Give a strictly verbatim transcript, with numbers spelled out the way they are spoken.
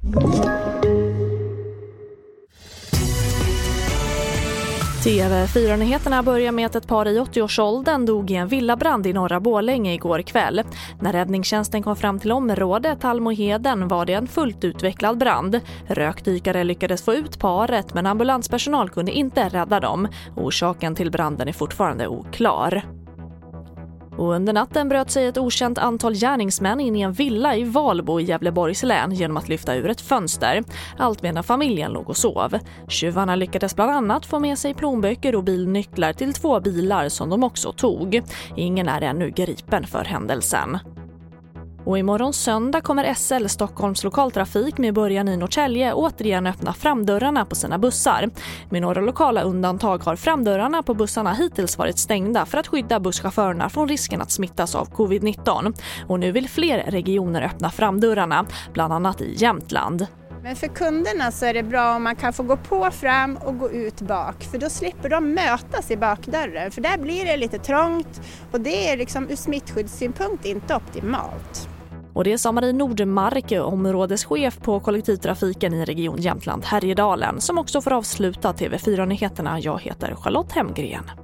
T V fyra-nyheterna börjar med att ett par i åttio-årsåldern dog i en villabrand i norra Borlänge igår kväll. När räddningstjänsten kom fram till området Almoheden var det en fullt utvecklad brand. Rökdykare lyckades få ut paret, men ambulanspersonal kunde inte rädda dem. Orsaken till branden är fortfarande oklar. Och under natten bröt sig ett okänt antal gärningsmän in i en villa i Valbo i Gävleborgs län genom att lyfta ur ett fönster. Allt medan familjen låg och sov. Tjuvarna lyckades bland annat få med sig plånböcker och bilnycklar till två bilar som de också tog. Ingen är ännu gripen för händelsen. Och imorgon söndag kommer S L Stockholms lokaltrafik med början i Norrtälje återigen öppna framdörrarna på sina bussar. Med några lokala undantag har framdörrarna på bussarna hittills varit stängda för att skydda busschaufförerna från risken att smittas av covid nitton. Och nu vill fler regioner öppna framdörrarna, bland annat i Jämtland. Men för kunderna så är det bra om man kan få gå på fram och gå ut bak. För då slipper de mötas i bakdörren. För där blir det lite trångt och det är liksom ur smittskyddssynpunkt inte optimalt. Och det sa Marie Nordmark, områdeschef på kollektivtrafiken i region Jämtland Härjedalen, som också får avsluta T V fyra-nyheterna. Jag heter Charlotte Hemgren.